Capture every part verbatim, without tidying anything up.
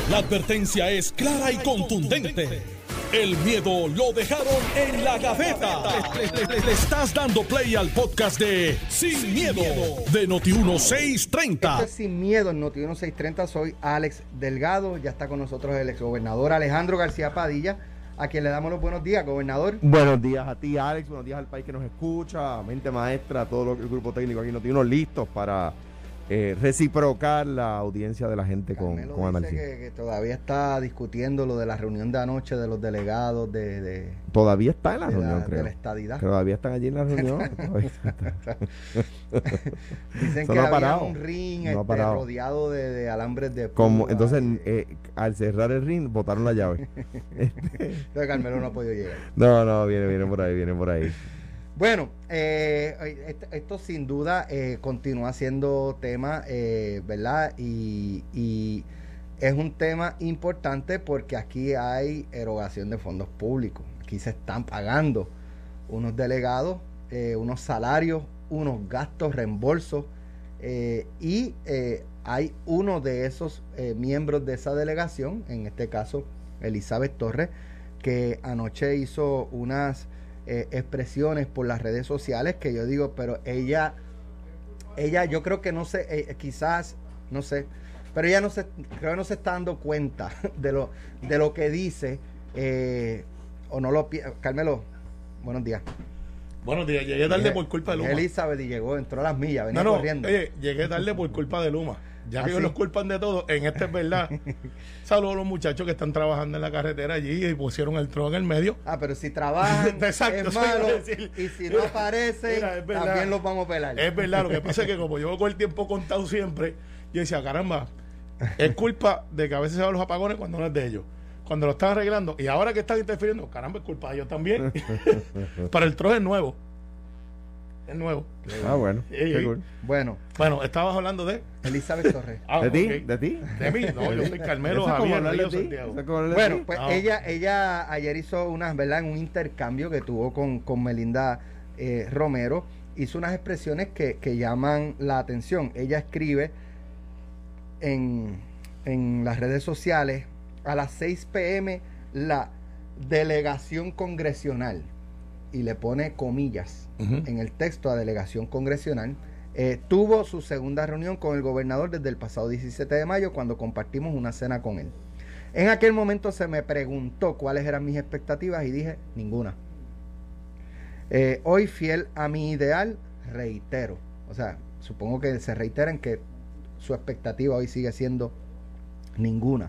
La advertencia es clara y contundente. El miedo lo dejaron en la gaveta. Le, le- le- le estás dando play al podcast de Sin, Miedo, de Noti uno seiscientos treinta. Esto es Sin Miedo en Noti uno seiscientos treinta. Soy Alex Delgado. Ya está con nosotros el exgobernador Alejandro García Padilla, a quien le damos los buenos días, gobernador. Buenos días a ti, Alex. Buenos días al país que nos escucha, a mente maestra, a todo lo, el grupo técnico aquí. Nos tiene listos para eh, reciprocar la audiencia de la gente con, Carmelo con dice que, que todavía está discutiendo lo de la reunión de anoche de los delegados de, de, Todavía está en la de reunión, la, creo. de la estadidad. Todavía están allí en la reunión. Dicen Eso que no ha había parado. un ring No ha este, parado. rodeado de, de alambres de Como, púa. entonces, eh, al cerrar el ring, botaron la llave. Entonces Carmelo no ha podido llegar. No, no, viene, viene por ahí, viene por ahí. Bueno, eh, esto, esto sin duda eh, continúa siendo tema, eh, ¿verdad? Y, y es un tema importante porque aquí hay erogación de fondos públicos. Aquí se están pagando unos delegados, eh, unos salarios, unos gastos, reembolsos, eh, y eh, hay uno de esos eh, miembros de esa delegación, en este caso Elizabeth Torres, que anoche hizo unas Eh, expresiones por las redes sociales que yo digo, pero ella ella yo creo que no sé, eh, quizás no sé, pero ella no se creo que no se está dando cuenta de lo de lo que dice, eh, o no lo pi- Carmelo, buenos días. Buenos días, llegué tarde por culpa de Luma. Elizabeth y llegó, entró a las millas, venía No, no, corriendo. oye, llegué tarde por culpa de Luma. Ya ¿Ah, que ellos sí? nos culpan de todo, en este es verdad. Saludos a los muchachos que están trabajando en la carretera allí y pusieron el tronco en el medio. Ah, pero si trabajan Exacto, es eso iba a malo, decir. y si no aparecen, Mira, es verdad. también los vamos a pelar. Es verdad, lo que pasa es que como llevo con el tiempo contado siempre, yo decía, caramba, es culpa de que a veces se van los apagones cuando no es de ellos. Cuando lo están arreglando, y ahora que están interfiriendo, caramba, es culpa de ellos también. Para el tronco es nuevo. Es nuevo. Ah, bueno. Ey, Qué ey. cool. Bueno, Bueno, estabas hablando de... Elizabeth Torres. Ah, ¿De ti? ok. ¿De ti? ¿De mí? No, yo soy Carmelo Eso es como Javier hablar de Río ti. Santiago. Eso es como hablar de Bueno, ti. pues Ah, ella ella ayer hizo unas, ¿verdad? En un intercambio que tuvo con, con Melinda eh, Romero, hizo unas expresiones que, que llaman la atención. Ella escribe en, en las redes sociales a las seis p.m. la delegación congresional, y le pone comillas Ujú. en el texto a delegación congresional. Eh, tuvo su segunda reunión con el gobernador desde el pasado diecisiete de mayo, cuando compartimos una cena con él. En aquel momento se me preguntó cuáles eran mis expectativas y dije, ninguna. Eh, hoy, fiel a mi ideal, reitero. O sea, supongo que se reiteran que su expectativa hoy sigue siendo ninguna.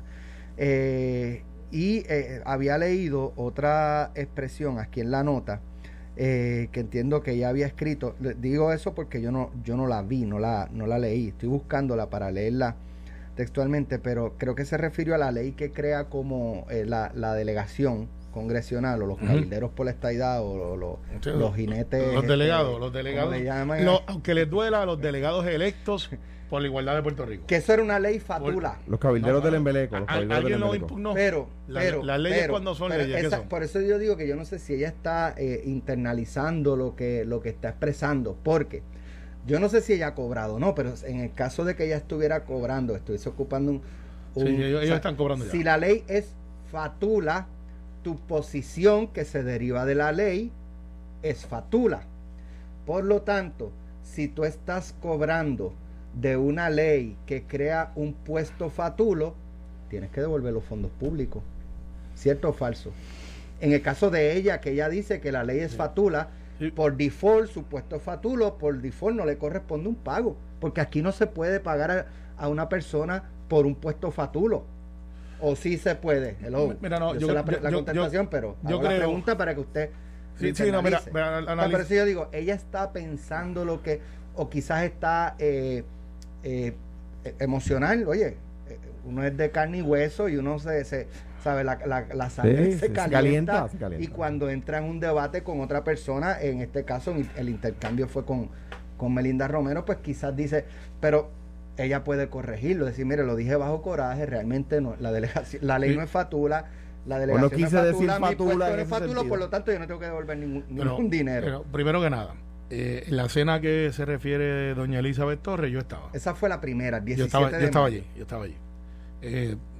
Eh, y eh, había leído otra expresión aquí en la nota, eh, que entiendo que ella había escrito. Le digo eso porque yo no yo no la vi, no la no la leí, estoy buscándola para leerla textualmente, pero creo que se refirió a la ley que crea como eh, la, la delegación congresional, o los Ujú. cabilderos por la estadidad, o, o los, Sí, los jinetes, Los este, delegados, los ¿cómo delegados. le llaman? Lo- aunque les duela a los delegados electos por la igualdad de Puerto Rico. Que eso era una ley fatula. Los cabilderos No, del no. Embeleco. Los ¿Al- cabilderos del ¿Alguien lo Embeleco. impugnó? Pero, La- pero, las leyes pero, cuando son pero leyes, ¿qué esa- son? por eso yo digo que yo no sé si ella está eh, internalizando lo que, lo que está expresando, porque yo no sé si ella ha cobrado o no, pero en el caso de que ella estuviera cobrando, estuviese ocupando un... un- Sí, ellos, o ellos sea, están cobrando ya. si la ley es fatula, tu posición que se deriva de la ley es fatula. Por lo tanto, si tú estás cobrando de una ley que crea un puesto fatulo, tienes que devolver los fondos públicos. ¿Cierto o falso? En el caso de ella, que ella dice que la ley es fatula, Sí. por default, su puesto fatulo, por default no le corresponde un pago, porque aquí no se puede pagar a, a una persona por un puesto fatulo. O sí se puede. Hello. Mira, no, yo, yo- sé la, pre- yo- la yo- contestación, pero yo hago la creo- pregunta para que usted Sí, lo sí, no, mira, internalice. mira, O sea, analiza. por eso yo digo, ella está pensando lo que, o quizás está eh, eh, emocional. Oye, eh, uno es de carne y hueso y uno se, se sabe, la, la, la sangre Sí, se, se calienta, calienta, se calienta. y cuando entra en un debate con otra persona, en este caso el intercambio fue con, con Melinda Romero, pues quizás dice, pero ella puede corregirlo, decir, mire, lo dije bajo coraje, realmente no, la delegación, la ley Sí. no es fatula, la O delegación no no quise es decir fatula, mi fatula puesto en no es ese fatulo, sentido. por lo tanto yo no tengo que devolver ningún, Pero- ningún dinero. pero primero que nada, eh, en la cena que se refiere doña Elizabeth Torres, yo estaba. Esa fue la primera, el Yo diecisiete estaba, yo de estaba mayo. allí, yo estaba allí. Eh,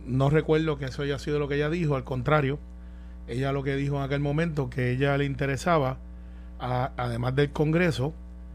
no recuerdo que eso haya sido lo que ella dijo, al contrario, ella lo que dijo en aquel momento, que a ella le interesaba, a, además del Congreso,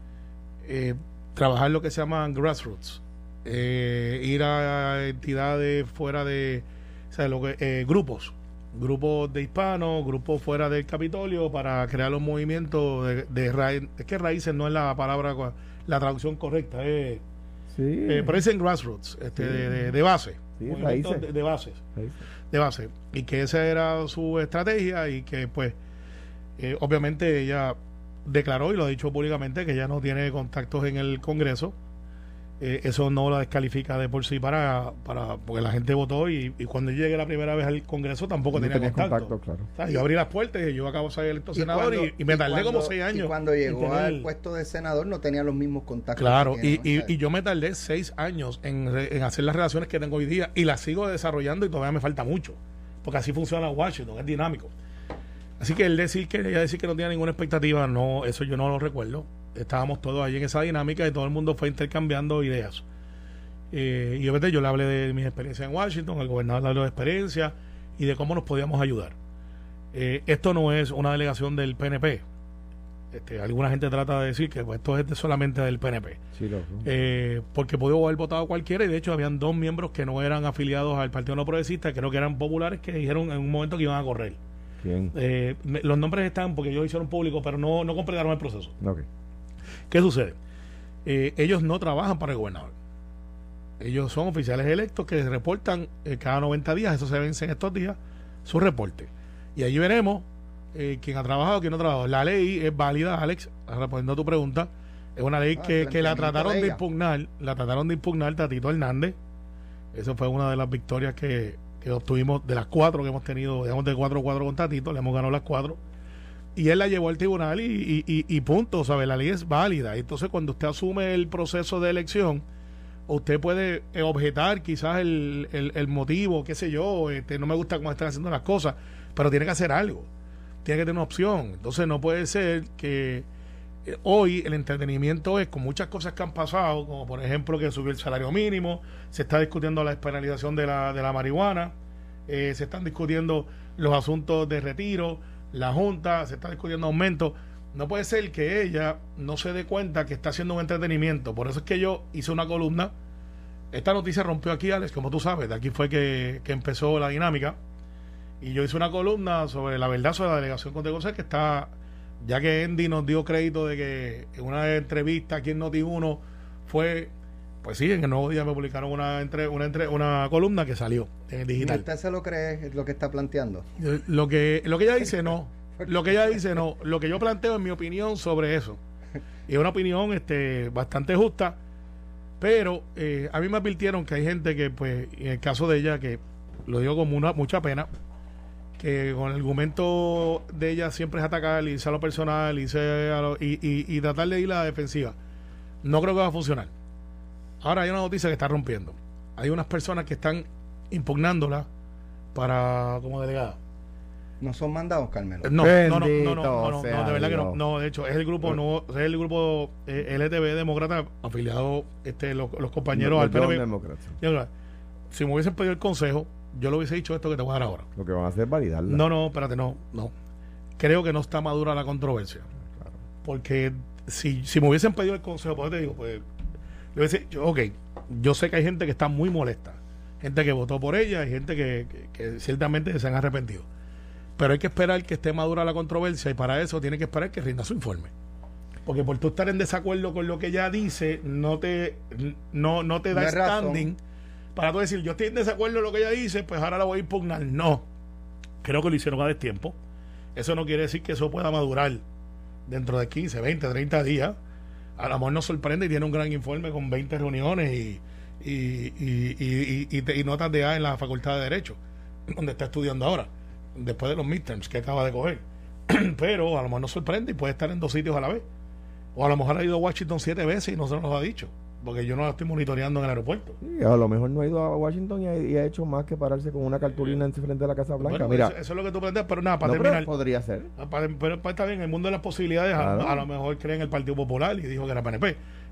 eh, trabajar lo que se llaman grassroots, eh, ir a entidades fuera de, o sea, lo que, eh, grupos, grupos de hispanos, grupos fuera del Capitolio, para crear los movimientos de, de raíces. Es que raíces no es la palabra, la traducción correcta, es, sí. eh, pero dicen grassroots, este, sí. de, de, de base, sí, raíces. De, de bases, raíces. de base, y que esa era su estrategia, y que pues eh, obviamente ella declaró y lo ha dicho públicamente que ella no tiene contactos en el Congreso. Eh, eso no la descalifica de por sí para, para porque la gente votó, y, y cuando yo llegué la primera vez al Congreso tampoco no tenía contacto, contacto claro. O sea, yo abrí las puertas y yo acabo de ser electo senador, cuando, y, y me tardé y cuando, como seis años. Y cuando llegó tener, al puesto de senador no tenía los mismos contactos. Claro, que y, tiene, ¿no? y, y yo me tardé seis años en, en hacer las relaciones que tengo hoy día, y las sigo desarrollando, y todavía me falta mucho, porque así funciona Washington, es dinámico. Así que él decir que ella decir que no tenía ninguna expectativa, no, eso yo no lo recuerdo. Estábamos todos allí en esa dinámica y todo el mundo fue intercambiando ideas. Eh, y obviamente yo le hablé de mis experiencias en Washington, el gobernador le habló de experiencia y de cómo nos podíamos ayudar. Eh, esto no es una delegación del P N P. Este, alguna gente trata de decir que pues, esto es de solamente del P N P. Sí, loco. Eh, porque pudo haber votado cualquiera, y de hecho habían dos miembros que no eran afiliados al Partido No Progresista, creo que eran populares, que dijeron en un momento que iban a correr. ¿Quién? Eh, me, los nombres están porque ellos hicieron público, pero no, no completaron el proceso. Okay. ¿Qué sucede? Eh, ellos no trabajan para el gobernador. Ellos son oficiales electos que reportan eh, cada noventa días, eso se vence en estos días, su reporte. Y allí veremos eh, quién ha trabajado, quién no ha trabajado. La ley es válida, Alex, respondiendo a tu pregunta. Es una ley ah, que, que la trataron de, de impugnar, la trataron de impugnar Tatito Hernández. Eso fue una de las victorias que, que obtuvimos de las cuatro que hemos tenido, digamos de cuatro a cuatro con Tatito, le hemos ganado las cuatro. Y él la llevó al tribunal y, y, y, y punto, ¿sabe? La ley es válida. Entonces, cuando usted asume el proceso de elección, usted puede eh, objetar quizás el, el, el motivo, qué sé yo, este, no me gusta cómo están haciendo las cosas, pero tiene que hacer algo, tiene que tener una opción. Entonces no puede ser que eh, hoy el entretenimiento es con muchas cosas que han pasado, como por ejemplo que subió el salario mínimo, se está discutiendo la despenalización de la, de la marihuana, eh, se están discutiendo los asuntos de retiro, la Junta, se está discutiendo aumentos. No puede ser que ella no se dé cuenta que está haciendo un entretenimiento. Por eso es que yo hice una columna. Esta noticia rompió aquí, Alex, como tú sabes. De aquí fue que, que empezó la dinámica. Y yo hice una columna sobre la verdad sobre la delegación Conde González, que está, ya que Andy nos dio crédito de que en una entrevista aquí en Noti uno fue, pues sí, en el Nuevo Día me publicaron una entre, una entre, una columna que salió en el digital. ¿Y usted se lo cree lo que está planteando? Lo que, lo que ella dice, no. Lo que ella dice, no. Lo que yo planteo es mi opinión sobre eso. Y es una opinión este, bastante justa, pero eh, a mí me advirtieron que hay gente que, pues, en el caso de ella, que lo digo con una, mucha pena, que con el argumento de ella siempre es atacar, irse a lo personal, irse a lo, y, y, y tratar de ir a la defensiva. No creo que va a funcionar. Ahora hay una noticia que está rompiendo. Hay unas personas que están impugnándola para como delegada. ¿No son mandados, Carmelo? No, no, no, no, no, no, no, no, de verdad que no. No, de hecho, es el grupo, no, es el grupo eh, L T B demócrata, afiliado este, los, los compañeros no, al P N B. Si me hubiesen pedido el consejo, yo le hubiese dicho esto que te voy a dar ahora. Lo que van a hacer es validarla. No, no, espérate, no, no. Creo que no está madura la controversia. Claro. Porque si, si me hubiesen pedido el consejo, pues te digo, pues, le hubiese dicho, ok, yo sé que hay gente que está muy molesta, gente que votó por ella y gente que, que, que ciertamente se han arrepentido. Pero hay que esperar que esté madura la controversia, y para eso tiene que esperar que rinda su informe. Porque por tú estar en desacuerdo con lo que ella dice, no te no, no te da standing para tú decir, yo estoy en desacuerdo con lo que ella dice, pues ahora la voy a impugnar. No. Creo que lo hicieron a destiempo. Eso no quiere decir que eso pueda madurar dentro de quince, veinte, treinta días. A lo mejor nos sorprende y tiene un gran informe con veinte reuniones y, y, y, y, y, y, y notas de A en la Facultad de Derecho, donde está estudiando ahora, después de los midterms que acaba de coger. Pero a lo mejor nos sorprende y puede estar en dos sitios a la vez. O a lo mejor ha ido a Washington siete veces y no se nos lo ha dicho, porque yo no la estoy monitoreando en el aeropuerto. Sí, a lo mejor no ha ido a Washington y ha, y ha hecho más que pararse con una cartulina en frente de la Casa Blanca. Bueno, Mira, eso, eso es lo que tú planteas, pero nada, para no, terminar. Pero podría ser. Para, pero, pero está bien, en el mundo de las posibilidades, claro. a, a lo mejor cree en el Partido Popular y dijo que era P N P.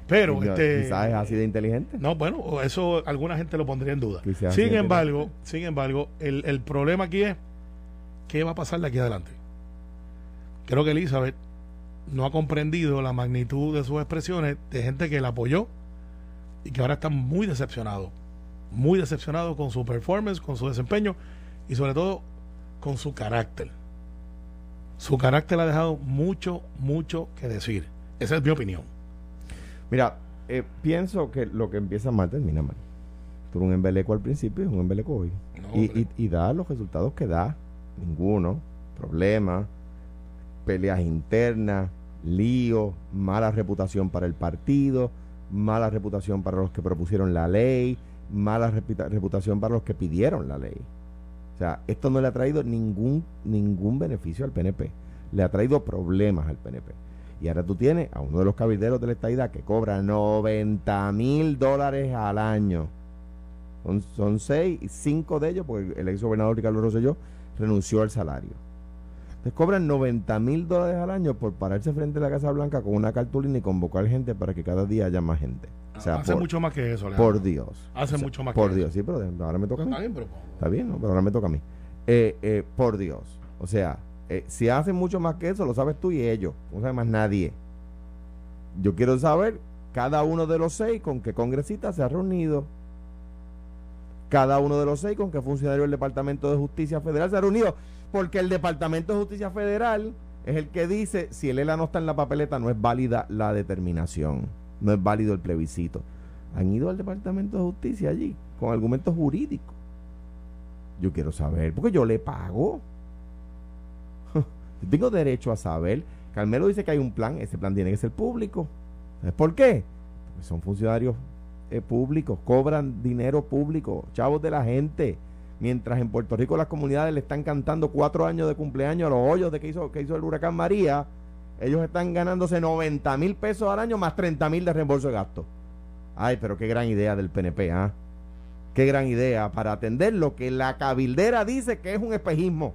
Pero Quizás este quizás es así de inteligente. no, bueno, eso alguna gente lo pondría en duda. Quizás Sin así de embargo, sin embargo, el, el problema aquí es qué va a pasar de aquí adelante. Creo que Elizabeth no ha comprendido la magnitud de sus expresiones de gente que la apoyó y que ahora está muy decepcionado, muy decepcionado con su performance, con su desempeño y sobre todo con su carácter. Su carácter ha dejado mucho, mucho que decir. Esa es mi opinión. Mira, eh, pienso que lo que empieza mal termina mal. Tuvo un embeleco al principio y es un embeleco hoy. No, y, hombre. y, y da los resultados que da. Ninguno. Problemas, peleas internas, líos, mala reputación para el partido, mala reputación para los que propusieron la ley, mala reputa- reputación para los que pidieron la ley. O sea, esto no le ha traído ningún, ningún beneficio al P N P. Le ha traído problemas al P N P. Y ahora tú tienes a uno de los cabilderos de la estadidad que cobra noventa mil dólares al año. Son, son seis, cinco de ellos, porque el ex gobernador Ricardo Rosselló renunció al salario. Entonces cobran noventa mil dólares al año por pararse frente a la Casa Blanca con una cartulina y convocar gente para que cada día haya más gente. O sea, Hace por, mucho más que eso, Alejandro. por Dios. Hace O sea, mucho más Por que Dios, eso. sí, pero ahora me toca a mí. Está bien, pero Está bien, ¿no? Pero ahora me toca a mí. Eh, eh, por Dios. O sea, eh, si hacen mucho más que eso, lo sabes tú y ellos. No sabe más nadie. Yo quiero saber cada uno de los seis con qué congresista se ha reunido. Cada uno de los seis con qué funcionario del Departamento de Justicia Federal se ha reunido. Porque el Departamento de Justicia Federal es el que dice si el E L A no está en la papeleta, no es válida la determinación. No es válido el plebiscito. Han ido al Departamento de Justicia allí con argumentos jurídicos. Yo quiero saber, porque yo le pago. Yo tengo derecho a saber. Carmelo dice que hay un plan, ese plan tiene que ser público. ¿Sabes por qué? Porque son funcionarios eh, públicos, cobran dinero público, chavos de la gente. Mientras en Puerto Rico las comunidades le están cantando cuatro años de cumpleaños a los hoyos de que hizo, que hizo el huracán María, ellos están ganándose noventa mil pesos al año más treinta mil de reembolso de gastos. Ay, pero qué gran idea del P N P, ¿ah? ¿eh? Qué gran idea para atender lo que la cabildera dice que es un espejismo.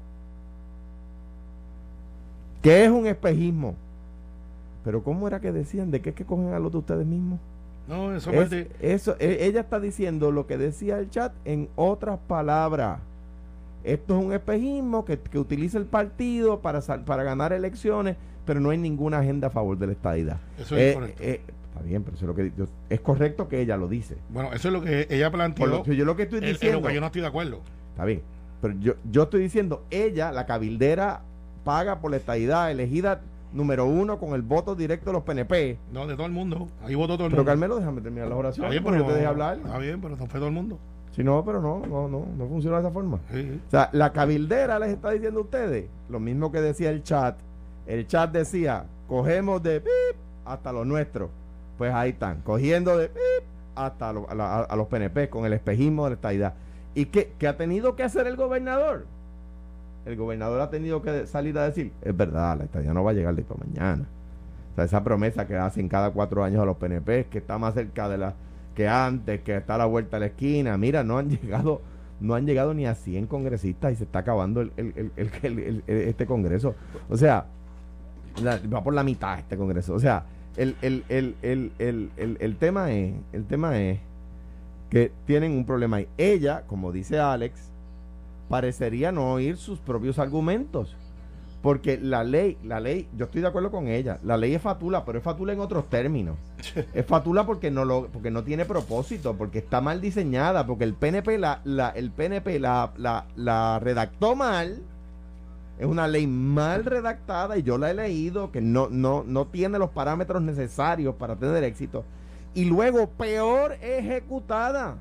Que es un espejismo. Pero ¿cómo era que decían? ¿De qué es que cogen a los de ustedes mismos? No, eso Es, parte- eso, e- ella está diciendo lo que decía el chat en otras palabras. Esto es un espejismo que, que utiliza el partido para, sal- para ganar elecciones, pero no hay ninguna agenda a favor de la estadidad. Eso es incorrecto. Está bien, pero eso es, lo que, yo- es correcto que ella lo dice. Bueno, eso es lo que ella planteó. Por lo que yo lo que estoy en- en diciendo, lo que yo no estoy de acuerdo. está bien, pero yo, yo estoy diciendo, ella, la cabildera, paga por la estadidad, elegida número uno con el voto directo de los P N P. No, de todo el mundo. Ahí votó todo el Pero mundo. Carmelo, déjame terminar las Está oraciones, bien, porque pero yo te dejé hablar. Está bien, pero no fue todo el mundo. Si no, pero no, no, no, no funciona de esa forma. Sí, sí. O sea, la cabildera les está diciendo a ustedes lo mismo que decía el chat. El chat decía, cogemos de pip hasta los nuestros. Pues ahí están, cogiendo de pip hasta lo- a, la- a los P N P con el espejismo de la estadidad. ¿Y qué, qué ha tenido que hacer el gobernador? El gobernador ha tenido que salir a decir, es verdad, la estadidad no va a llegar de para mañana. O sea, esa promesa que hacen cada cuatro años a los P N P, que está más cerca de la que antes, que está a la vuelta de la esquina. Mira, no han llegado no han llegado ni a cien congresistas y se está acabando el, el, el, el- el- el- el- este congreso. O sea, la- va por la mitad este congreso. O sea, el, el, el, el, el, el, el tema es, el tema es que tienen un problema ahí. Ella, como dice Alex, parecería no oír sus propios argumentos. Porque la ley, la ley, yo estoy de acuerdo con ella, la ley es fatula, pero es fatula en otros términos. Es fatula porque no lo, porque no tiene propósito, porque está mal diseñada, porque el P N P la, la, el P N P la, la, la redactó mal. Es una ley mal redactada y yo la he leído, que no, no, no tiene los parámetros necesarios para tener éxito. Y luego, peor ejecutada.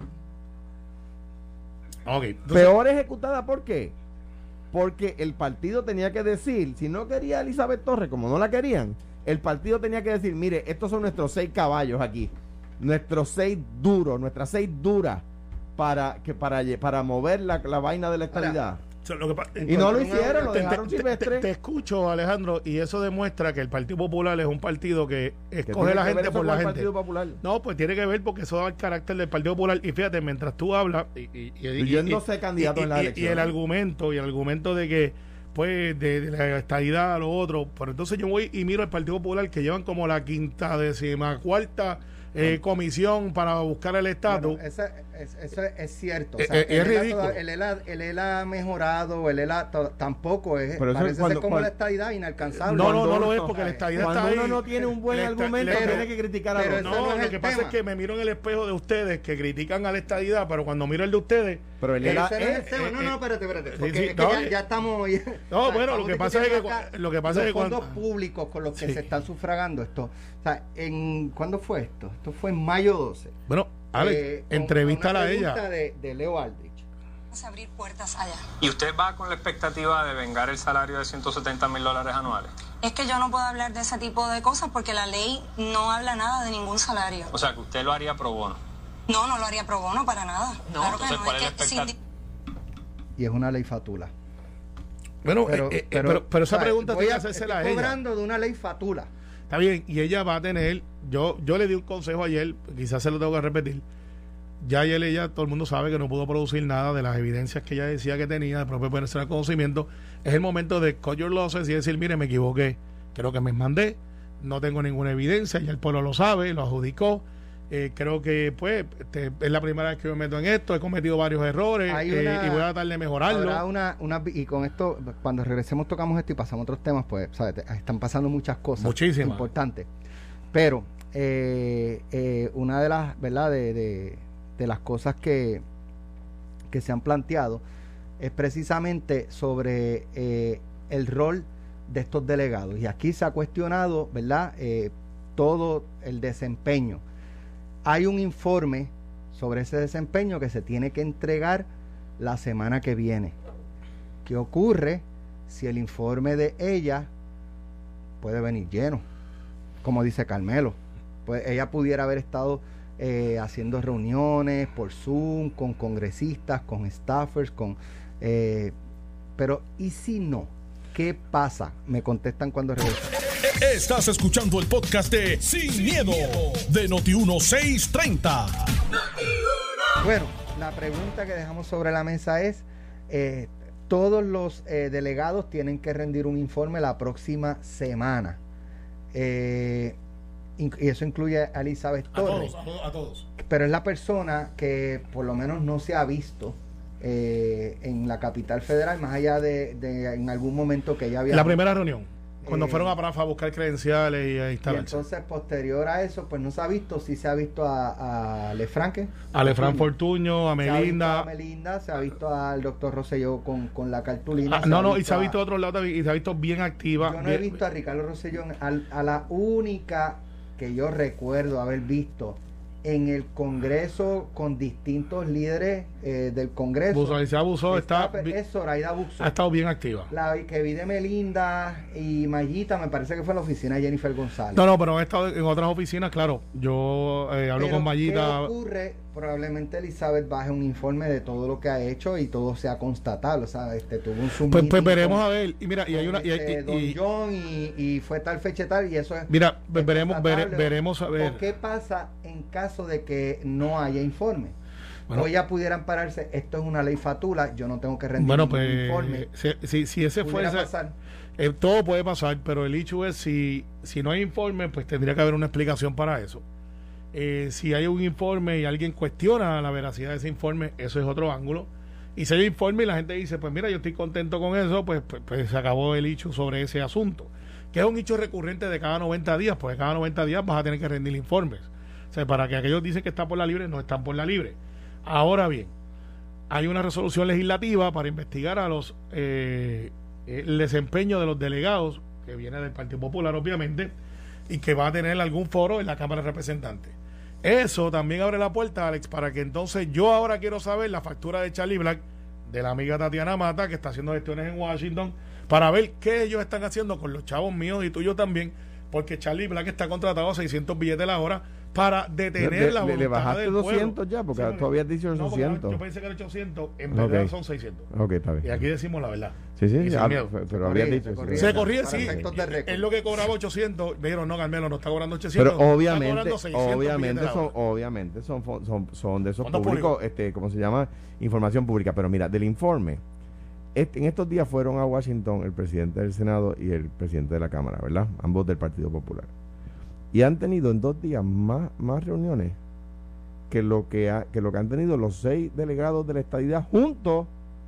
Ok, entonces, Peor ejecutada, ¿por qué? Porque el partido tenía que decir, si no quería a Elizabeth Torres, como no la querían, el partido tenía que decir, mire, estos son nuestros seis caballos aquí, nuestros seis duros, nuestras seis duras para que para, para mover la, la vaina de la estabilidad. o sea, lo que pa- Y no lo hicieron, lo te- dejaron te- te- silvestre. Te, te escucho, Alejandro, y eso demuestra que el Partido Popular es un partido que ¿Qué escoge tiene la que ver gente eso por con la el gente. Partido Popular? No, pues tiene que ver porque eso da el carácter del Partido Popular. Y fíjate, mientras tú hablas y, y, y, Yo y- no sé candidato y- en las y- y elecciones. el argumento y el argumento de que pues de, de la estadidad, lo otro, pero entonces yo voy y miro al Partido Popular que llevan como la quinta, décima, cuarta eh, comisión para buscar el estatus. Bueno, eso, es, eso es cierto. O Eh, sea, eh, es el ELA ridículo. toda- El ELA, el ELA ha mejorado, el ELA to- tampoco es. Pero eso parece es cuando- ser como cuando- la estadidad inalcanzable. No, no, no Cuando- lo es porque la estadidad está Cuando ahí. uno no tiene un buen La esta- argumento, la- tiene que criticar a pero los eso No, no es lo el que pasa tema. es que me miro en el espejo de ustedes que critican a la estadidad, pero cuando miro el de ustedes. Pero el Ese ELA no es el eh, tema. eh, No, no, espérate, espérate. sí, Porque sí, es que no, ya, eh, ya estamos. ya- No, o sea, bueno, lo estamos que pasa es que discutiendo cu- acá lo que pasa los es que cuando- fondos públicos con los que Sí. se están sufragando esto. O sea, en, ¿cuándo fue esto? Esto fue en mayo doce. Bueno, Alex, Eh, con entrevístala una a ella. pregunta De, de Leo Aldrich. Abrir puertas allá. ¿Y usted va con la expectativa de vengar el salario de ciento setenta mil dólares anuales? Es que yo no puedo hablar de ese tipo de cosas porque la ley no habla nada de ningún salario. O sea, que usted lo haría pro bono. No, no lo haría pro bono para nada. No, claro que entonces, no. ¿cuál Es es la que sin expectativa? Y es una ley fatula. Bueno, eh, eh, pero, pero, esa ¿sabes? pregunta Voy tiene que a- hacérsela a estoy ella. cobrando de una ley fatula. Está bien, y ella va a tener, yo yo le di un consejo ayer, quizás se lo tengo que repetir. Ya ayer ella, todo el mundo sabe que no pudo producir nada de las evidencias que ella decía que tenía, de propio personal conocimiento. Es el momento de cut your losses y decir, mire, me equivoqué, creo que me mandé, no tengo ninguna evidencia, ya el pueblo lo sabe, lo adjudicó. Eh, creo que pues este, es la primera vez que me meto en esto, he cometido varios errores Hay eh, una- y voy a tratar de mejorarlo. Habrá una, una, y con esto, cuando regresemos tocamos esto y pasamos a otros temas, pues, ¿sabes? Te- Están pasando muchas cosas Muchísimas. importantes. Pero eh, eh, una de las, ¿verdad? De, de, de las cosas que, que se han planteado es precisamente sobre eh, el rol de estos delegados. Y aquí se ha cuestionado, ¿verdad? Eh, todo el desempeño. Hay un informe sobre ese desempeño que se tiene que entregar la semana que viene. ¿Qué ocurre si el informe de ella puede venir lleno? Como dice Carmelo. Pues ella pudiera haber estado eh, haciendo reuniones por Zoom con congresistas, con staffers, con eh, pero ¿y si no? ¿Qué pasa? Me contestan cuando regresen. Estás escuchando el podcast de Sin, miedo, de Noti uno seiscientos treinta. Bueno, la pregunta que dejamos sobre la mesa es, eh, todos los eh, delegados tienen que rendir un informe la próxima semana. Eh, inc- y eso incluye a Elizabeth A Torres. todos, a todos, a todos. Pero es la persona que por lo menos no se ha visto eh, en la capital federal, más allá de, de en algún momento que ella había... La primera reunión, cuando Eh, fueron a Prafa a buscar credenciales y a y instalarse. entonces, posterior a eso, pues no se ha visto, sí se ha visto a, a Lefranque. A Lefran Fortuño, a Se ha visto Melinda. a Melinda, se ha visto al doctor Rosselló con, con la cartulina. Ah, se no, ha no, y visto se ha a- visto a otro lado también, y se ha visto bien activa. Yo no he bien- visto a Ricardo Rosselló, en- al- a la única que yo recuerdo haber visto en el Congreso con distintos líderes eh, del Congreso. Buzo, Alicia Buzo está, Está- bi- es Zoraida Buxo. ha estado bien activa. La que vi de Melinda y Mayita, me parece que fue en la oficina de Jennifer González. No, no, pero he estado en otras oficinas, claro. Yo eh, hablo Pero, con Mayita. ¿qué ocurre? Probablemente Elizabeth baje un informe de todo lo que ha hecho y todo sea constatable. O sea, este, tuvo un Zoom Pues, pues meeting veremos con- a ver. Y mira, y hay con una. Y, hay- este y- Don y- John y, y fue tal fecha y tal, y eso es. mira, es veremos, vere- constatable. veremos a ver. ¿O qué pasa en caso de que no haya informe? Bueno. o ya pudieran pararse, esto es una ley fatula, yo no tengo que rendir Bueno, ningún pues informe. si, si, si ese Pudiera fuese. pasar. Eh, todo puede pasar, pero el hecho es si, si no hay informe, pues tendría que haber una explicación para eso. Eh, si hay un informe y alguien cuestiona la veracidad de ese informe, eso es otro ángulo. Y si hay informe y la gente dice, pues mira, yo estoy contento con eso, pues, pues, pues se acabó el hecho sobre ese asunto. Que es un hecho recurrente de cada noventa días, porque cada noventa días vas a tener que rendir informes. O sea, para que aquellos dicen que están por la libre, no están por la libre. Ahora bien, hay una resolución legislativa para investigar a los eh, el desempeño de los delegados, que viene del Partido Popular obviamente, y que va a tener algún foro en la Cámara de Representantes. Eso también abre la puerta, Alex, para que entonces yo ahora quiero saber la factura de Charlie Black, de la amiga Tatiana Mata, que está haciendo gestiones en Washington, para ver qué ellos están haciendo con los chavos míos y tuyos también, porque Charlie Black está contratado a seiscientos billetes la hora para detener Le- la le- voluntad le bajaste del doscientos pueblo. ya, porque Sí, tú habías dicho no, porque ochocientos. yo pensé que era ochocientos, en verdad Ok. son seiscientos. Ok, está bien. Y aquí decimos la verdad. Sí, sí, Y sin ah, miedo. pero Se habías corrige, dicho. se sí, corrige. sí. Se corría, Para sí. efectos de récord. Es lo que cobraba ochocientos. Dijeron, no, Carmelo, no está cobrando ochocientos. Pero está obviamente, cobrando seiscientos obviamente billetes la son, hora. obviamente son, fon- son, son de esos Fondos públicos, públicos. este, ¿cómo se llama? Información pública. Pero mira, del informe, este, en estos días fueron a Washington el presidente del Senado y el presidente de la Cámara, ¿verdad? Ambos del Partido Popular. y han tenido en dos días más, más reuniones que lo que, ha, que lo que han tenido los seis delegados de la estadidad juntos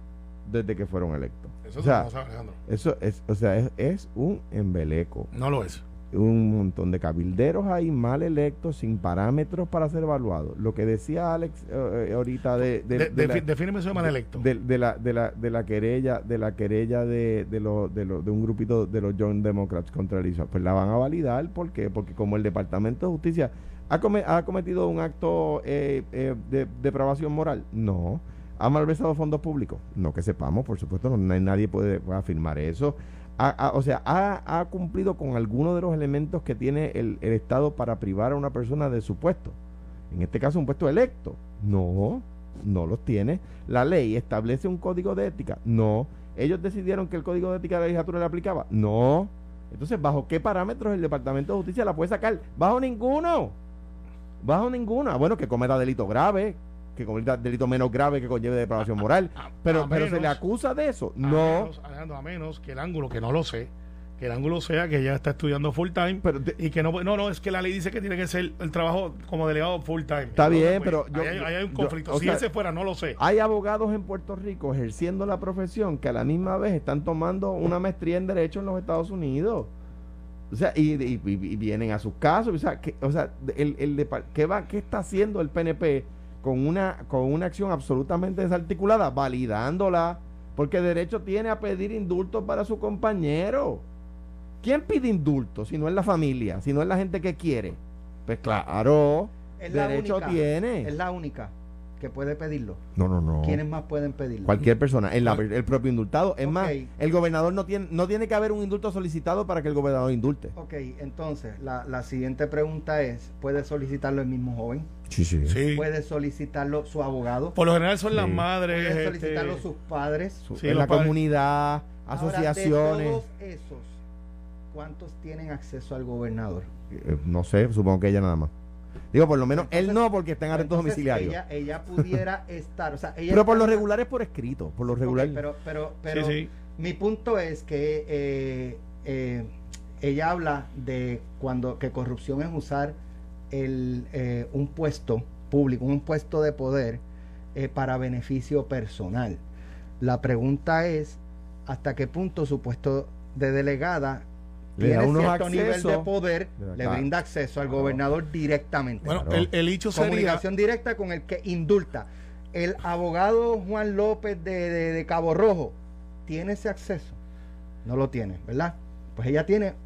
desde que fueron electos. Eso o sea, no sabe, Alejandro. Eso es, o sea, es, es un embeleco. No lo es. Un montón de cabilderos ahí mal electos, sin parámetros para ser evaluados. Lo que decía Alex eh, ahorita de, de, de, de de, la, defíneme eso de mal electo. De, de la de la de la querella de la querella de de, lo, de, lo, de un grupito de los Young Democrats contra el I S A, pues la van a validar. ¿Por qué? Porque como el Departamento de Justicia ha, come, ha cometido un acto eh, eh, de depravación moral, no. ¿Ha malversado fondos públicos? No que sepamos, por supuesto, no, nadie puede afirmar eso. Ha, ha, o sea, ha, ha cumplido con algunos de los elementos que tiene el, el Estado para privar a una persona de su puesto. En este caso, un puesto electo. No, no los tiene. La ley establece un código de ética. No. ¿Ellos decidieron que el código de ética de la legislatura le aplicaba? No. Entonces, ¿bajo qué parámetros el Departamento de Justicia la puede sacar? Bajo ninguno. Bajo ninguno. Ah, bueno, que cometa delito grave, que cometa delito menos grave que conlleve depravación moral, A- a- pero, a pero menos- se le acusa de eso. A No. menos, Alejandro, a menos que el ángulo, que no lo sé, que el ángulo sea que ella está estudiando full time Pero de- y que no, no, no, es que la ley dice que tiene que ser el trabajo como delegado full time. Está Entonces, bien, pues, pero yo- ahí, hay- ahí hay un yo- conflicto. o si sea, ese fuera, no lo sé. Hay abogados en Puerto Rico ejerciendo la profesión que a la misma vez están tomando una maestría en Derecho en los Estados Unidos. O sea, y, y- y- y vienen a sus casos. O sea, que, o sea el, el depar- ¿qué, va, ¿qué está haciendo el P N P con una, con una acción absolutamente desarticulada? Validándola. Porque derecho tiene a pedir indultos para su compañero. ¿Quién pide indultos si no es la familia, si no es la gente que quiere? Pues claro, Es la derecho única, tiene. Es la única que puede pedirlo. No, no, no. ¿Quiénes más pueden pedirlo? Cualquier persona, el, el propio indultado. Es Ok. más, el gobernador no tiene, no tiene que haber un indulto solicitado para que el gobernador indulte. Ok, entonces, la, la siguiente pregunta es, ¿puede solicitarlo el mismo joven? Sí, sí. Sí. ¿Puede solicitarlo su abogado? Por lo general son las Sí. madres. ¿Puede este, solicitarlo sus padres? Sí, en los la padres. comunidad, Ahora, asociaciones. de todos esos, ¿cuántos tienen acceso al gobernador? Eh, no sé, supongo que ella nada más. Digo, por lo menos él no, porque está en arrestos Entonces, domiciliarios. Ella, ella pudiera estar, o sea, ella Pero por está- lo regular es por escrito, por lo Ok, regular. pero, pero, pero Sí, sí. mi punto es que eh, eh, ella habla de cuando que corrupción es usar el, eh, un puesto público, un puesto de poder eh, para beneficio personal. La pregunta es hasta qué punto su puesto de delegada Le da tiene unos cierto nivel accesos. de poder, Le da- le claro. brinda acceso al Claro. gobernador directamente. Bueno, Claro. el, el hecho sería. Comunicación directa con el que indulta. El abogado Juan López de, de- de Cabo Rojo tiene ese acceso. No lo tiene, ¿verdad? Pues ella tiene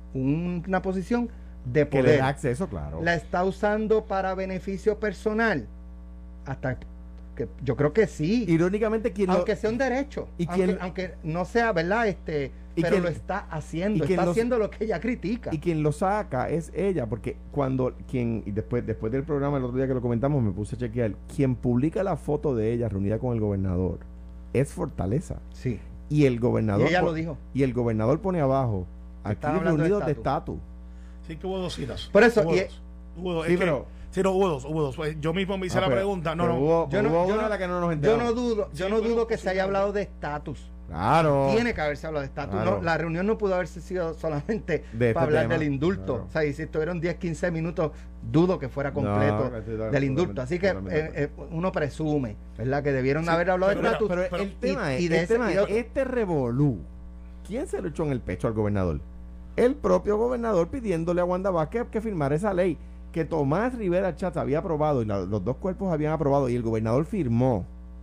un- una posición de que le poder. da acceso, claro. La está usando para beneficio personal. Hasta que yo creo que sí. Irónicamente, quien lo- aunque sea un derecho. y aunque, quien- aunque no sea, ¿verdad? Este, y pero quien- lo está haciendo. y quien Está los- haciendo lo que ella critica. Y quien lo saca es ella, porque cuando quien, y después, después del programa, el otro día que lo comentamos, me puse a chequear, quien publica la foto de ella reunida con el gobernador es Fortaleza. Sí. Y el gobernador Y ella po- lo dijo. Y el gobernador pone abajo, aquí Estaban hablando de reunidos de estatus. estatus. Sí, que hubo dos citas. Por eso, Hubo y- dos. Hubo dos. Sí, Es que- pero- sí, no, hubo dos, hubo dos. Pues yo mismo me hice Ah, la pero- pregunta. No, pero no. Hubo, Yo no- hubo yo una no- de la que no nos Yo enteramos. no dudo, yo Sí, no pero dudo que se haya posiblemente. hablado de estatus. Claro. Tiene que haberse hablado de estatus. Claro. No, la reunión no pudo haberse sido solamente De este para hablar tema. del indulto. Claro. O sea, y si estuvieron diez, quince minutos, dudo que fuera No, completo estoy de- del indulto. Así que totalmente de eh, eh, uno presume, ¿verdad? Que debieron Sí, haber hablado de pero- estatus. Pero Pero- el tema y- es, y de el ese- tema y de es, otro. este revolú, ¿quién se lo echó en el pecho al gobernador? El propio gobernador pidiéndole a Wanda Vázquez que firmara esa ley que Tomás Rivera Chatz había aprobado y la- los dos cuerpos habían aprobado y el gobernador firmó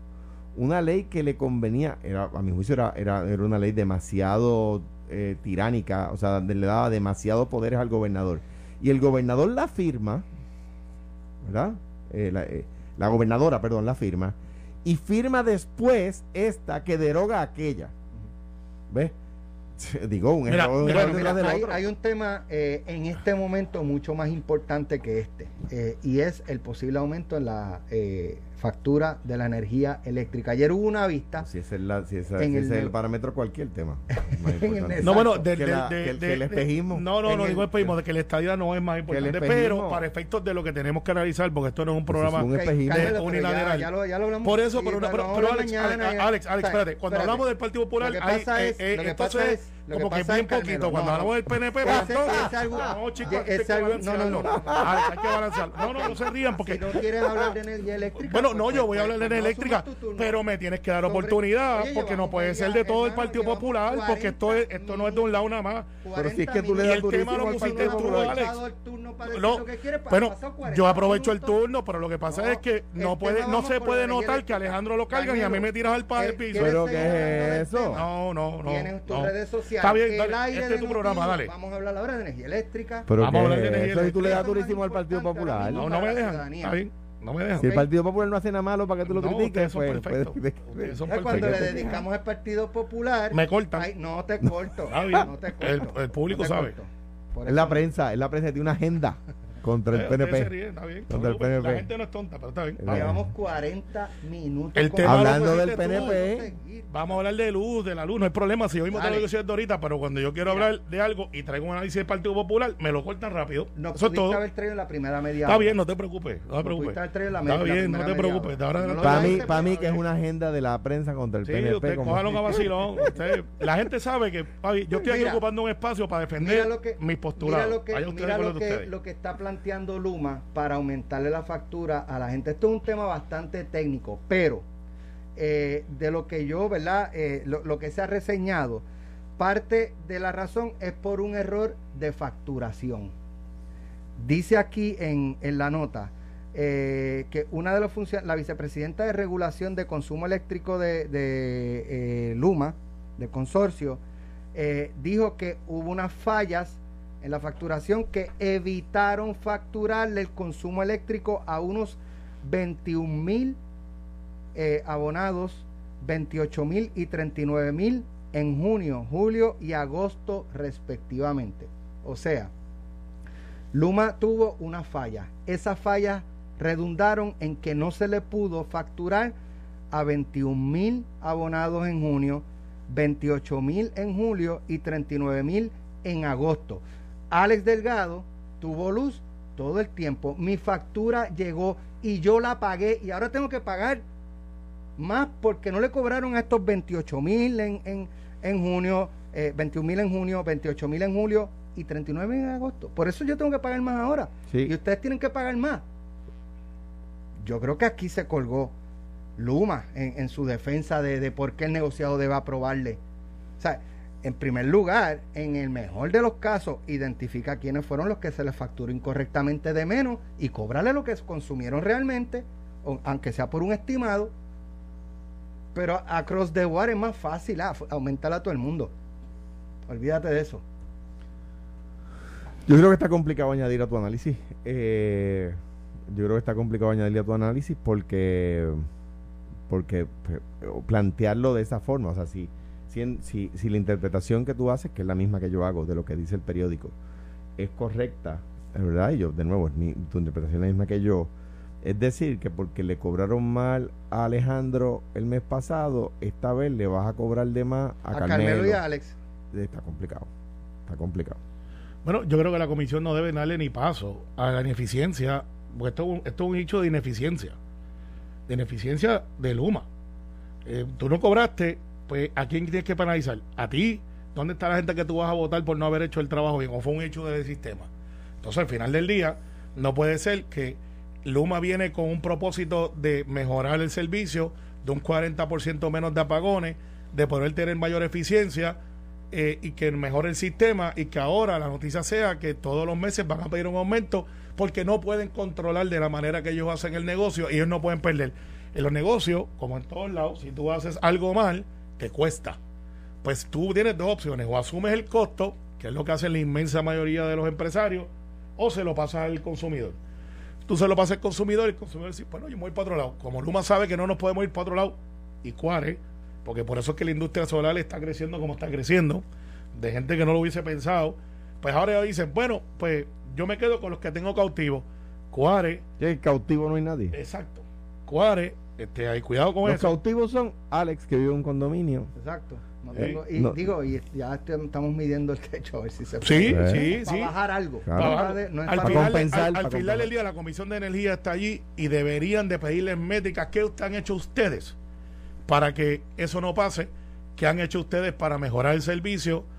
una ley que le convenía, era, a mi juicio era, era, era una ley demasiado eh, tiránica, o sea, le daba demasiados poderes al gobernador. Y el gobernador la firma, ¿verdad? Eh, la, eh, la gobernadora, perdón, la firma, y firma después esta que deroga aquella. ¿Ves? Digo, un Mira, error, un mira, error Bueno, detrás mira, del hay, otro. hay un tema eh, en este momento mucho más importante que este, eh, y es el posible aumento en la eh, factura de la energía eléctrica. Ayer hubo una vista. Si ese es, la- si esa- En si el ese es el ne- parámetro, cualquier tema. Más En el importante. ne- No, bueno, Exacto. de, Que de- la- de- que el- de- que el espejismo. No, no, En no el- digo espejismo, de que la estadía no es más importante. espejismo- Pero para efectos de lo que tenemos que analizar, porque esto no es un Pues programa. es un Ok, espejismo. Carmelo, de pero unilateral. Ya, ya lo, ya lo hablamos. Por eso, Sí, pero, no, pero, vamos a pero hablar Alex, mañana, Alex, ya. Alex, Alex, O sea, espérate. Cuando espérate. hablamos del Partido Popular, Lo que hay, pasa eh, es- eh, lo que entonces pasa es es- Lo que como que es pasa bien es, Carmelo, poquito. Cuando no, hablamos del P N P, ese- pues entonces, ese algo- no, chicos, ese hay que algo- balancearlo. no, no, no. Hay, hay que balancearlo. No, no, no se rían porque... Si no quieres hablar de energía eléctrica... Bueno, pues, no, yo pues, voy a hablar de pues, energía no eléctrica, asumas tu turno. pero me tienes que dar Sobre- oportunidad, Oye, porque no llevamos puede media- ser de todo el hermano, Partido llevamos Popular, porque esto, es, esto no es de un lado nada más. Pero si es que tú le Y das el tema lo durísimo al pusiste Partido tú, Popular. Alex. Pasado el turno para decir No, lo que quiere, pa- bueno, pasado cuarenta yo aprovecho el minutos. turno, pero lo que pasa No, es que el no tema puede, no vamos se por puede la energía notar que eléctrica. Alejandro lo cargan y a mí me tiras al pa del Eh, piso. ¿quieres ¿Pero seguir qué es hablando del eso? tema? No, no, no. Tienes tus no. redes sociales. Está bien, el dale, aire este de es tu programa, Noti uno. dale. Vamos a hablar ahora de energía eléctrica. Pero Vamos a hablar de que energía eso si tú le das eléctrica. durísimo al Partido Importante Popular. ahora No, mismo. no me para la dejan. ciudadanía. Está bien, no me dejan. Si el Ok. Partido Popular no hace nada malo para que tú lo No, critiques, ustedes son pues, perfectos. pues, Ustedes son Ya cuando le perfectos. dedicamos al Partido Popular... Me cortan. ay, no te corto. Está bien. No te El- corto. el público no te sabe. corto. Por es la eso- prensa, es la prensa que tiene una agenda contra el Eh, P N ustedes se P. ríen, está bien. No Contra el te preocupes, P N P. La gente no es tonta, pero está bien. Vamos. Llevamos cuarenta minutos. El con- tema lo Hablando pusiste del tú. P N P, Seguir. Vamos a hablar de luz, de la luz, no hay problema. Si yo mismo te Dale. lo digo ahorita, pero cuando yo quiero Mira. hablar de algo y traigo un análisis del Partido Popular, me lo cortan rápido. No Eso es pudiste todo. haber traído la primera media Está hora. bien, no te preocupes. No te No preocupes. pudiste haber traído la Está me- la bien, no primera te media preocupes. hora. De ahora No adelante- lo Para mí, dijiste, para mí pero que es bien. una agenda de la prensa contra el Sí, P N P. usted como- cójalo con vacilón. Usted- la gente sabe que papi, yo estoy aquí Mira, ocupando un espacio para defender Mira lo que, mis postulados. Mira lo que, Vaya ustedes mira con lo de que, ustedes. lo que está planteando Luma para aumentarle la factura a la gente. Esto es un tema bastante técnico, pero eh, de lo que yo, ¿verdad? Eh, lo, lo que se ha reseñado, parte de la razón es por un error de facturación. Dice aquí en, en la nota eh, que una de las funciones, la vicepresidenta de regulación de consumo eléctrico de, de eh, Luma, del consorcio, eh, dijo que hubo unas fallas en la facturación que evitaron facturarle el consumo eléctrico a unos veintiún mil eh, abonados, veintiocho mil y treinta y nueve mil en junio, julio y agosto respectivamente. O sea, Luma tuvo una falla. Esas fallas redundaron en que no se le pudo facturar a veintiún mil abonados en junio, veintiocho mil en julio y treinta y nueve mil en agosto. Alex Delgado tuvo luz todo el tiempo. Mi factura llegó y yo la pagué y ahora tengo que pagar más porque no le cobraron a estos veintiocho mil en, en, en junio, eh, veintiún mil en junio, veintiocho mil en julio y treinta y nueve en agosto. Por eso yo tengo que pagar más ahora. Sí. Y ustedes tienen que pagar más. Yo creo que aquí se colgó Luma en, en su defensa de, de por qué el negociado debe aprobarle. O sea, en primer lugar, en el mejor de los casos, identifica quiénes fueron los que se les facturó incorrectamente de menos y cóbrale lo que consumieron realmente, o, aunque sea por un estimado. Pero across the board es más fácil, ah, aumentarla a todo el mundo. Olvídate de eso. Yo creo que está complicado añadir a tu análisis. Eh, yo creo que está complicado añadirle a tu análisis porque porque pues, plantearlo de esa forma, o sea, si, si, en- si, si la interpretación que tú haces, que es la misma que yo hago de lo que dice el periódico, es correcta, es verdad, y yo, de nuevo, es mi- tu interpretación es la misma que yo, es decir, que porque le cobraron mal a Alejandro el mes pasado, esta vez le vas a cobrar de más a, A Carmelo. Carmelo y a Alex. Está complicado, está complicado. Bueno, yo creo que la comisión no debe darle ni paso a la ineficiencia, porque esto, es un- esto es un hecho de ineficiencia, de ineficiencia de Luma. Eh, tú no cobraste, pues ¿a quién tienes que penalizar? A ti. ¿Dónde está la gente que tú vas a votar por no haber hecho el trabajo bien? O fue un hecho del sistema. Entonces, al final del día, no puede ser que Luma viene con un propósito de mejorar el servicio, de un cuarenta por ciento menos de apagones, de poder tener mayor eficiencia, eh, y que mejore el sistema, y que ahora la noticia sea que todos los meses van a pedir un aumento porque no pueden controlar de la manera que ellos hacen el negocio y ellos no pueden perder. En los negocios, como en todos lados, si tú haces algo mal, te cuesta. Pues tú tienes dos opciones: o asumes el costo, que es lo que hace la inmensa mayoría de los empresarios, o se lo pasas al consumidor. Tú se lo pasas al consumidor y el consumidor dice, bueno, yo me voy para otro lado. Como Luma sabe que no nos podemos ir para otro lado, y cuare, porque por eso es que la industria solar está creciendo como está creciendo, de gente que no lo hubiese pensado, pues ahora ellos dicen, bueno, pues yo me quedo con los que tengo cautivos. Cuare, ¿Qué cautivo no hay nadie? exacto, cuare, este, hay cuidado con Los eso. cautivos son Alex, que vive en un condominio. Exacto. No Eh, tengo- y no. digo, y ya este- estamos midiendo el techo a ver si se Sí, Eh. sí, para sí. bajar algo. Claro. No Para- de- no es al para- final, compensar, al- al para final compensar. del día la Comisión de Energía está allí y deberían de pedirles métricas. ¿Qué han hecho ustedes para que eso no pase? ¿Qué han hecho ustedes para mejorar el servicio?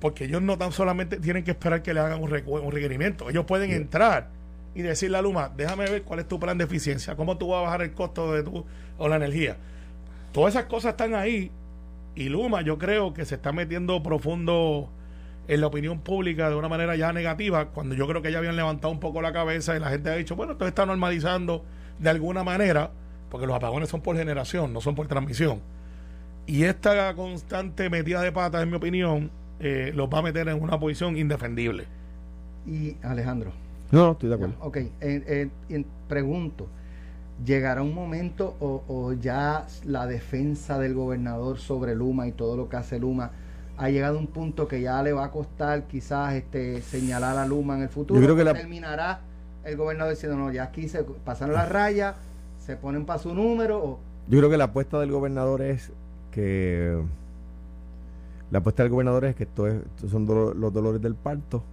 porque ellos no tan solamente tienen que esperar que le hagan un, recu- un requerimiento, ellos pueden sí. entrar y decirle a Luma, déjame ver cuál es tu plan de eficiencia, cómo tú vas a bajar el costo de tu o la energía. Todas esas cosas están ahí y Luma yo creo que se está metiendo profundo en la opinión pública de una manera ya negativa, cuando yo creo que ya habían levantado un poco la cabeza y la gente ha dicho, bueno, esto se está normalizando de alguna manera, porque los apagones son por generación, no son por transmisión. Y esta constante metida de patas, en mi opinión, eh, los va a meter en una posición indefendible. Y Alejandro. No, no, estoy de acuerdo. Ok, eh, eh, eh, pregunto, ¿llegará un momento o, o ya la defensa del gobernador sobre Luma y todo lo que hace Luma ha llegado a un punto que ya le va a costar quizás este señalar a Luma en el futuro? Yo creo que la... terminará el gobernador diciendo, no, ya aquí se pasan las rayas, se ponen para su número. O... Yo creo que la apuesta del gobernador es que la apuesta del gobernador es que esto, es, esto son do, los dolores del parto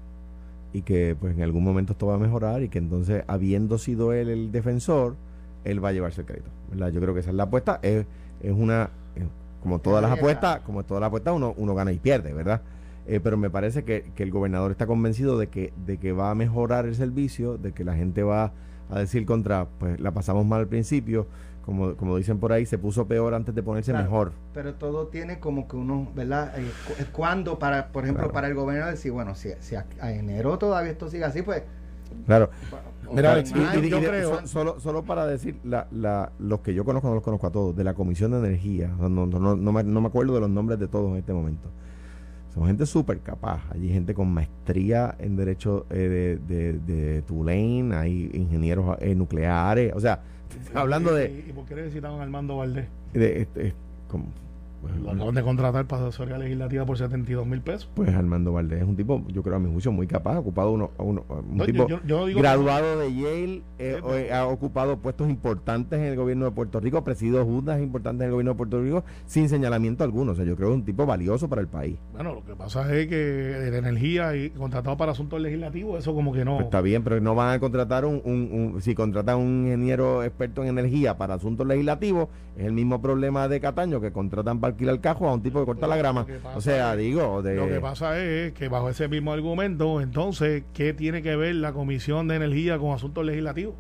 y que pues en algún momento esto va a mejorar y que entonces, habiendo sido él el defensor, él va a llevarse el crédito, ¿verdad? Yo creo que esa es la apuesta. Es, es una es, como todas las apuestas, como todas las apuestas uno, uno gana y pierde, ¿verdad? Eh, pero me parece que, que el gobernador está convencido de que, de que va a mejorar el servicio, de que la gente va a decir contra, pues la pasamos mal al principio, como, como dicen por ahí, se puso peor antes de ponerse claro, mejor. Pero todo tiene como que uno, ¿verdad? Eh, cuando, para, por ejemplo, claro. para el gobernador decir, bueno, si, si a, a enero todavía esto sigue así, pues... Claro. Mira, y, y, y, yo creo, solo, solo para decir, la, la, los que yo conozco, no los conozco a todos, de la Comisión de Energía, no, no, no, no, me, no me acuerdo de los nombres de todos en este momento. Son gente súper capaz. Hay gente con maestría en derecho eh, de, de, de Tulane, hay ingenieros eh, nucleares, o sea, hablando de... ¿Y por qué necesitaban a Armando Valdés? De, este, como, pues, lo acaban de contratar para asesoría legislativa por setenta y dos mil pesos. Pues Armando Valdés es un tipo, yo creo a mi juicio, muy capaz, ocupado uno, uno un no, tipo yo, yo digo graduado de Yale, eh, sí, pero, ha ocupado puestos importantes en el gobierno de Puerto Rico, presidido juntas importantes en el gobierno de Puerto Rico, sin señalamiento alguno. O sea, yo creo que es un tipo valioso para el país. Bueno, lo que pasa es que de energía y contratado para asuntos legislativos, eso como que no... Pues está bien, pero no van a contratar un, un, un... Si contratan un ingeniero experto en energía para asuntos legislativos, es el mismo problema de Cataño, que contratan para alquilar el cajo a un tipo que corta la grama. O sea, es, digo... De... Lo que pasa es que bajo ese mismo argumento, entonces, ¿qué tiene que ver la Comisión de Energía con asuntos legislativos?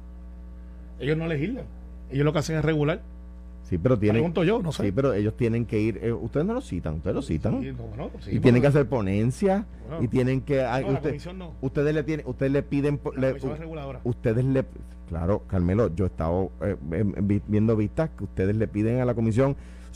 Ellos no legislan. Ellos lo que hacen es regular. Sí, pero tienen... Pregunto yo, no sé. Sí, pero ellos tienen que ir... Eh, ustedes no lo citan, ustedes lo citan. Sí, no, no, sí, y tienen que hacer ponencias bueno, y tienen que... No, usted, la comisión no. Ustedes le tienen, ustedes le piden... La le, comisión es reguladora. Ustedes le... Claro, Carmelo, yo he estado eh, eh, viendo vistas que ustedes le piden a la comisión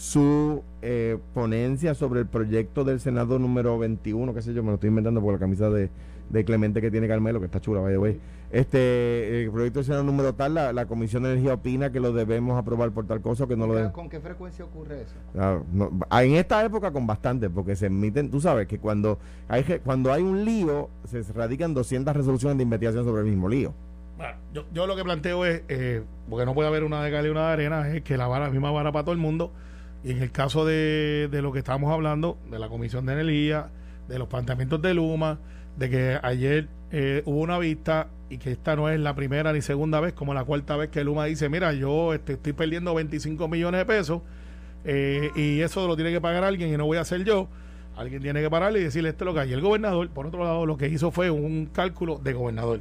su eh, ponencia sobre el proyecto del Senado número veintiuno, qué sé yo, me lo estoy inventando por la camisa de, de Clemente que tiene Carmelo, que está chula, by the way. Este, el proyecto del Senado número tal, la, la Comisión de Energía opina que lo debemos aprobar por tal cosa o que no lo debemos. ¿Con qué frecuencia ocurre eso? Ah, no, en esta época con bastante, porque se emiten, tú sabes que cuando hay cuando hay un lío, se radican doscientas resoluciones de investigación sobre el mismo lío. Bueno, yo, yo lo que planteo es, eh, porque no puede haber una de cal y una de arena, es que la vara, la misma vara para todo el mundo. Y en el caso de, de lo que estamos hablando, de la Comisión de Energía, de los planteamientos de Luma, de que ayer eh, hubo una vista y que esta no es la primera ni segunda vez, como la cuarta vez que Luma dice, mira, yo este, estoy perdiendo veinticinco millones de pesos eh, y eso lo tiene que pagar alguien y no voy a hacer yo. Alguien tiene que pararle y decirle esto es lo que hay. Y el gobernador, por otro lado, lo que hizo fue un cálculo de gobernador.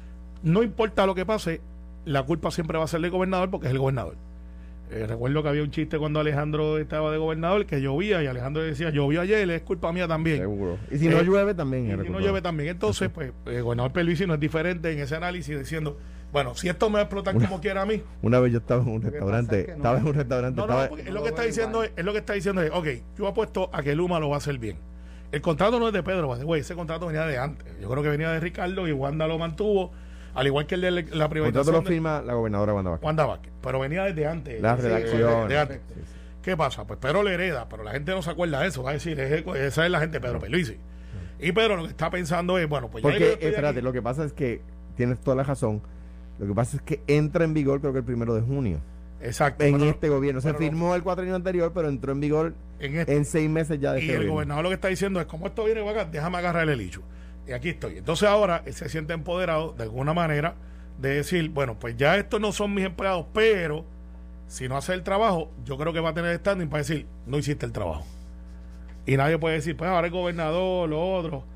No importa lo que pase, la culpa siempre va a ser del gobernador porque es el gobernador. Eh, recuerdo que había un chiste cuando Alejandro estaba de gobernador que llovía y Alejandro decía, llovió ayer, es culpa mía también. Seguro. Y si no eh, llueve también. Y si no llueve también. Entonces, pues, el gobernador Pierluisi no es diferente en ese análisis diciendo, bueno, si esto me va a explotar una, como quiera a mí. Una vez yo estaba en un restaurante, es que no, estaba en un restaurante. No, no, estaba, porque es lo que está diciendo es, es lo que está diciendo es, ok, yo apuesto a que Luma lo va a hacer bien. El contrato no es de Pedro, güey, ese contrato venía de antes. Yo creo que venía de Ricardo y Wanda lo mantuvo. Al igual que el de la privatización. El contrato lo firma la gobernadora Wanda Vázquez. Wanda Vázquez, pero venía desde antes. La redacción. De antes. Sí, sí. ¿Qué pasa? Pues Pedro le hereda, pero la gente no se acuerda de eso. Va a decir, es, esa es la gente de Pedro Pierluisi. Sí. Y Pedro lo que está pensando es, bueno, pues Porque, ya. Porque, espérate, aquí. Lo que pasa es que, tienes toda la razón, lo que pasa es que entra en vigor creo que el primero de junio. Exacto. En pero, este gobierno. Se firmó no, el cuatrienio anterior, pero entró en vigor en, este, en seis meses ya de Y este el gobierno. gobernador lo que está diciendo es, como esto viene para acá, déjame agarrar el hecho. Y aquí estoy. Entonces ahora él se siente empoderado de alguna manera de decir, bueno, pues ya estos no son mis empleados, pero si no hace el trabajo, yo creo que va a tener standing para decir, no hiciste el trabajo. Y nadie puede decir, pues ahora el gobernador, lo otro.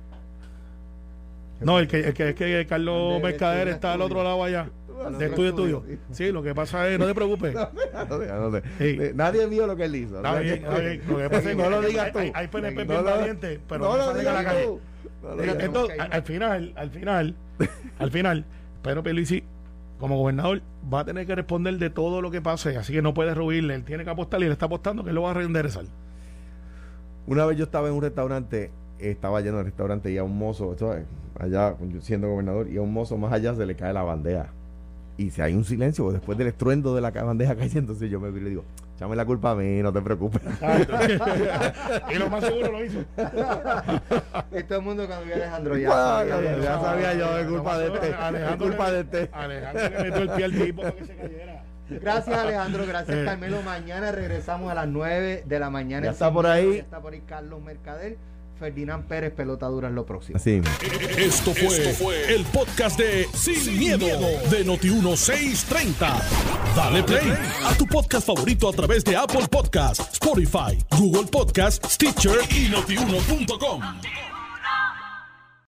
No, el que, el que es que Carlos De- Mercader de está al estudio. otro lado allá. Al De otro estudio tuyo. estudio. Sí, lo que pasa es, no te preocupes. No sé, no sé. Sí. Eh, Nadie vio lo que él hizo. Está ¿no? bien, está bien. Lo que pasa es que No lo digas hay- tú. hay- hay P N P No bien lo- valientes, pero no no lo salen a la digas calle. tú. No lo Mira, digas tú. Entonces, al, al final, al final, al final, Pedro Pierluisi, como gobernador, va a tener que responder de todo lo que pase, así que no puede ruirle, él tiene que apostar y él está apostando que él lo va a reenderezar. Una vez yo estaba en un restaurante, estaba lleno de restaurante y a un mozo, ¿sabes? Allá yo siendo gobernador, y a un mozo más allá se le cae la bandeja. Y si hay un silencio después del estruendo de la ca- bandeja cayendo, entonces yo me viro y le digo, échame la culpa a mí, no te preocupes. Y lo más seguro lo hizo. Y todo el mundo cuando vio a Alejandro ya. Bueno, sabía. ya sabía yo, es culpa de este. Es culpa de este. Alejandro le metió el pie al tipo para que se cayera. Gracias Alejandro, gracias Eh. Carmelo. Mañana regresamos a las nueve de la mañana. Ya en está Sin por Miedo. ahí. Ya está por ahí Carlos Mercader. Ferdinand Pérez, pelota dura en lo próximo. Así. Esto fue, Esto fue el podcast de Sin, miedo, de Noti uno seiscientos treinta. Dale play a tu podcast favorito a través de Apple Podcasts, Spotify, Google Podcasts, Stitcher y notiuno punto com.